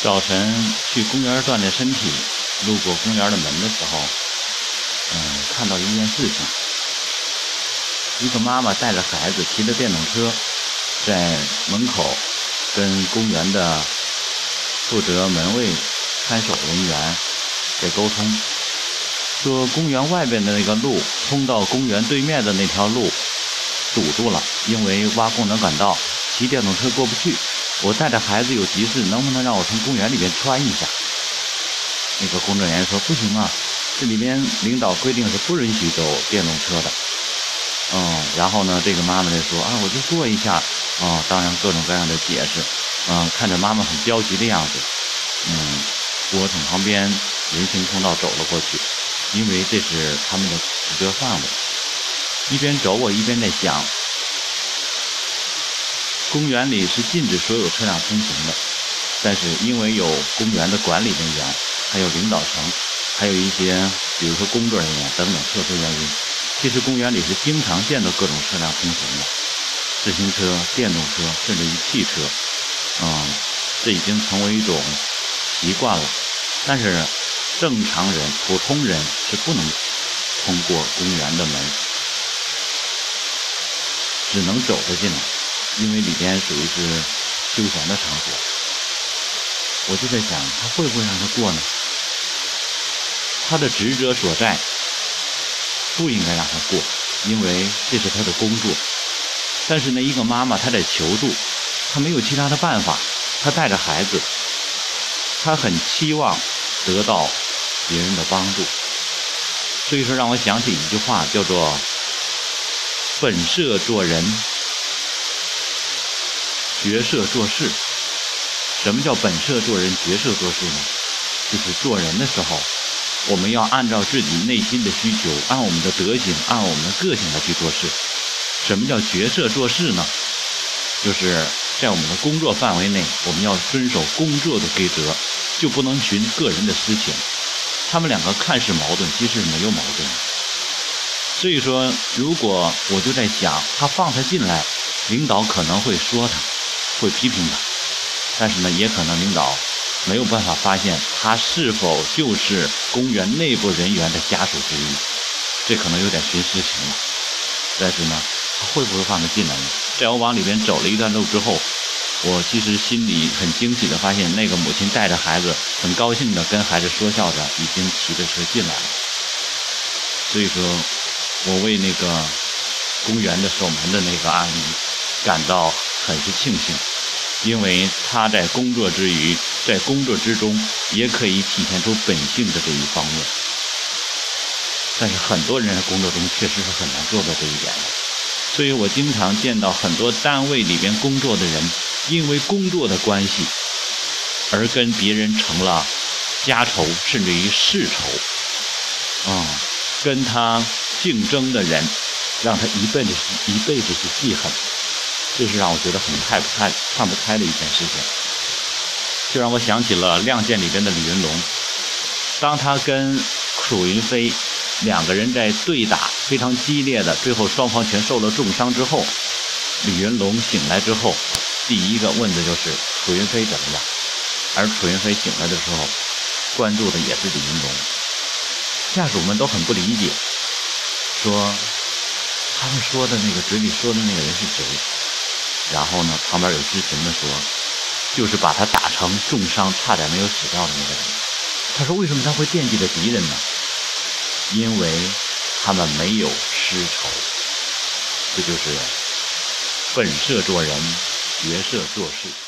早晨去公园锻炼身体，路过公园的门的时候，看到一件事情。一个妈妈带着孩子骑着电动车，在门口跟公园的负责门卫看守人员在沟通，说公园外边的那个路通到公园对面的那条路堵住了，因为挖工程管道，骑电动车过不去。我带着孩子有急事，能不能让我从公园里面穿一下？那个工作人员说不行啊，这里边领导规定是不允许走电动车的。然后呢，这个妈妈就说我就过一下。当然各种各样的解释。看着妈妈很焦急的样子，我从旁边人行通道走了过去，因为这是他们的职责范围。一边走我一边在想，公园里是禁止所有车辆通行的，但是因为有公园的管理人员，还有领导层，还有一些比如说工作人员等等特殊原因，其实公园里是经常见到各种车辆通行的，自行车、电动车，甚至于汽车。这已经成为一种习惯了。但是正常人、普通人是不能通过公园的门，只能走着进来，因为里边属于是休闲的场所。我就在想，他会不会让他过呢？他的职责所在，不应该让他过，因为这是他的工作。但是呢，一个妈妈她在求助，她没有其他的办法，她带着孩子，她很期望得到别人的帮助。所以说让我想起一句话，叫做本色做人，角色做事。什么叫本色做人，角色做事呢？就是做人的时候，我们要按照自己内心的需求，按我们的德行，按我们的个性来去做事。什么叫角色做事呢？就是在我们的工作范围内，我们要遵守工作的规则，就不能循个人的私情。他们两个看似矛盾，其实没有矛盾。所以说，如果我就在想，他放他进来，领导可能会说他，会批评他，但是呢，也可能领导没有办法发现他是否就是公园内部人员的家属之一，这可能有点徇私情了。但是呢，他会不会放他进来呢？在我往里边走了一段路之后，我其实心里很惊喜的发现，那个母亲带着孩子，很高兴的跟孩子说笑着，已经骑着车进来了。所以说，我为那个公园的守门的那个阿姨感到很是庆幸，因为她在工作之余，在工作之中，也可以体现出本性的这一方面。但是很多人在工作中确实是很难做到这一点的。所以我经常见到很多单位里边工作的人，因为工作的关系而跟别人成了家仇，甚至于世仇。跟他竞争的人，让他一辈子是记恨。这是让我觉得很看不开的一件事情。就让我想起了《亮剑》里边的李云龙，当他跟楚云飞两个人在对打，非常激烈的，最后双方全受了重伤之后，李云龙醒来之后，第一个问的就是楚云飞怎么样。而楚云飞醒来的时候，关注的也是李云龙。下属们都很不理解，说他们说的那个嘴里说的那个人是谁？然后呢，旁边有知情的说，就是把他打成重伤，差点没有死掉的那个人。他说为什么他会惦记着敌人呢？因为他们没有私仇。这就是本色做人，角色做事。